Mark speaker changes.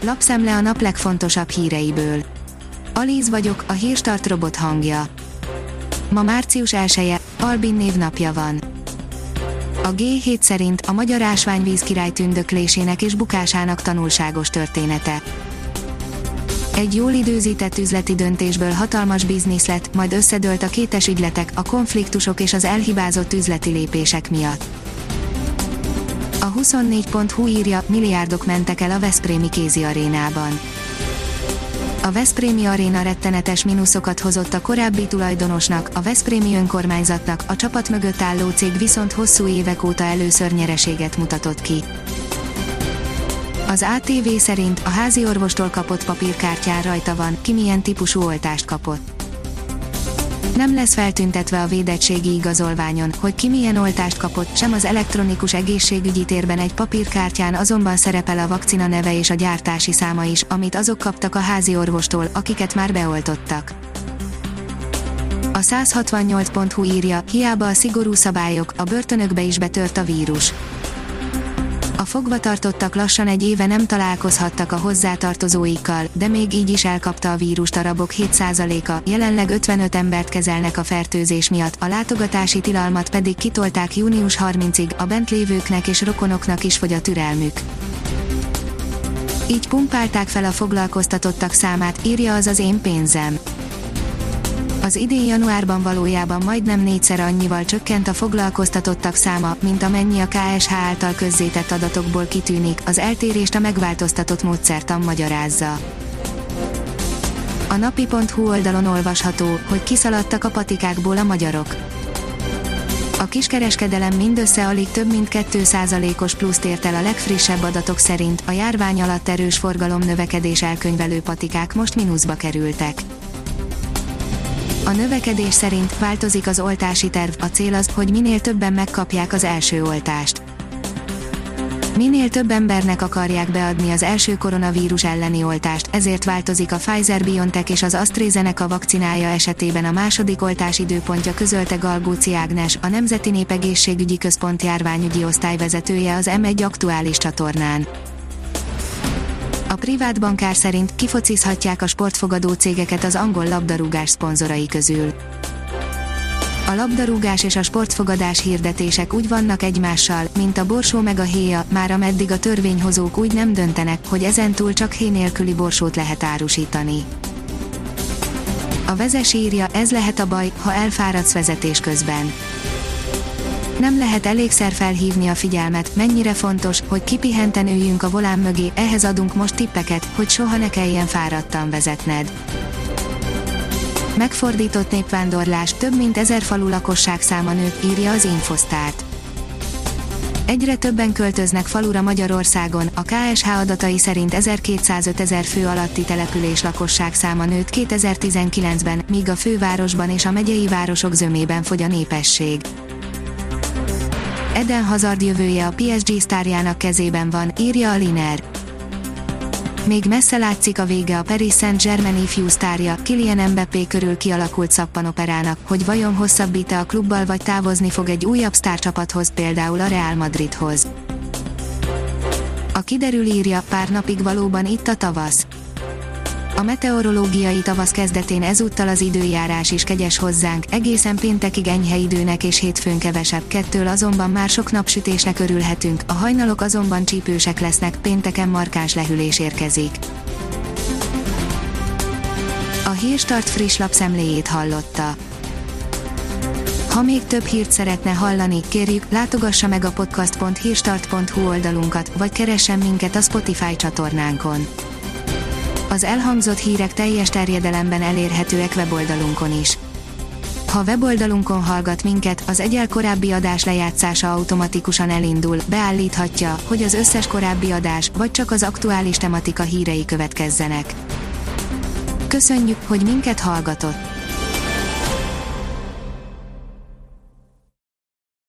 Speaker 1: Lapszemle a nap legfontosabb híreiből. Alíz vagyok, a Hírstart robot hangja. Ma március 1-e, Albin névnapja van. A G7 szerint a magyar ásványvíz király tündöklésének és bukásának tanulságos története. Egy jól időzített üzleti döntésből hatalmas biznisz lett, majd összedőlt a kétes ügyletek, a konfliktusok és az elhibázott üzleti lépések miatt. A 24.hu írja, milliárdok mentek el a veszprémi kézi arénában. A veszprémi aréna rettenetes mínuszokat hozott a korábbi tulajdonosnak, a veszprémi önkormányzatnak, a csapat mögött álló cég viszont hosszú évek óta először nyereséget mutatott ki. Az ATV szerint a házi orvostól kapott papírkártyán rajta van, ki milyen típusú oltást kapott. Nem lesz feltüntetve a védettségi igazolványon, hogy ki milyen oltást kapott, sem az elektronikus egészségügyi térben egy papírkártyán, azonban szerepel a vakcina neve és a gyártási száma is, amit azok kaptak a házi orvostól, akiket már beoltottak. A 168.hu írja, hiába a szigorú szabályok, a börtönökbe is betört a vírus. A fogvatartottak lassan egy éve nem találkozhattak a hozzátartozóikkal, de még így is elkapta a vírust a rabok 7%-a, jelenleg 55 embert kezelnek a fertőzés miatt, a látogatási tilalmat pedig kitolták június 30-ig, a bent lévőknek és rokonoknak is fogy a türelmük. Így pumpálták fel a foglalkoztatottak számát, írja az Én pénzem. Az idén januárban valójában majdnem 4-szer annyival csökkent a foglalkoztatottak száma, mint amennyi a KSH által közzétett adatokból kitűnik, az eltérést a megváltoztatott módszertan magyarázza. A napi.hu oldalon olvasható, hogy kiszaladtak a patikákból a magyarok. A kiskereskedelem mindössze alig több mint 2%-os pluszt ért el a legfrissebb adatok szerint, a járvány alatt erős forgalomnövekedés elkönyvelő patikák most mínuszba kerültek. A növekedés szerint változik az oltási terv, a cél az, hogy minél többen megkapják az első oltást. Minél több embernek akarják beadni az első koronavírus elleni oltást, ezért változik a Pfizer-BioNTech és az AstraZeneca vakcinája esetében a második oltás időpontja, közölte Galgóci Ágnes, a Nemzeti Népegészségügyi Központ járványügyi osztályvezetője az M1 aktuális csatornán. A privát bankár szerint kifocizhatják a sportfogadó cégeket az angol labdarúgás szponzorai közül. A labdarúgás és a sportfogadás hirdetések úgy vannak egymással, mint a borsó meg a héja, már ameddig a törvényhozók úgy nem döntenek, hogy ezentúl csak héj nélküli borsót lehet árusítani. A Vezes írja, ez lehet a baj, ha elfáradsz vezetés közben. Nem lehet elégszer felhívni a figyelmet, mennyire fontos, hogy kipihenten üljünk a volán mögé, ehhez adunk most tippeket, hogy soha ne kelljen fáradtan vezetned. Megfordított népvándorlás, több mint 1000 falu lakosság száma nőtt, írja az Infosztárt. Egyre többen költöznek falura Magyarországon, a KSH adatai szerint 1205 fő alatti település lakosság száma nőtt 2019-ben, míg a fővárosban és a megyei városok zömében fogy a népesség. Eden Hazard jövője a PSG sztárjának kezében van, írja a Liner. Még messze látszik a vége a Paris Saint-Germain ifjú sztárja, Kylian Mbappé körül kialakult szappanoperának, hogy vajon hosszabbít-e a klubbal vagy távozni fog egy újabb sztárcsapathoz, például a Real Madridhoz. A Kiderül írja, pár napig valóban itt a tavasz. A meteorológiai tavasz kezdetén ezúttal az időjárás is kegyes hozzánk, egészen péntekig enyhe időnek és hétfőn kevesebb, kettől azonban már sok napsütésnek örülhetünk, a hajnalok azonban csípősek lesznek, pénteken markáns lehűlés érkezik. A Hírstart friss lapszemléjét hallotta. Ha még több hírt szeretne hallani, kérjük, látogassa meg a podcast.hírstart.hu oldalunkat, vagy keressen minket a Spotify csatornánkon. Az elhangzott hírek teljes terjedelemben elérhetőek weboldalunkon is. Ha weboldalunkon hallgat minket, az egyel korábbi adás lejátszása automatikusan elindul, beállíthatja, hogy az összes korábbi adás, vagy csak az aktuális tematika hírei következzenek. Köszönjük, hogy minket hallgatott!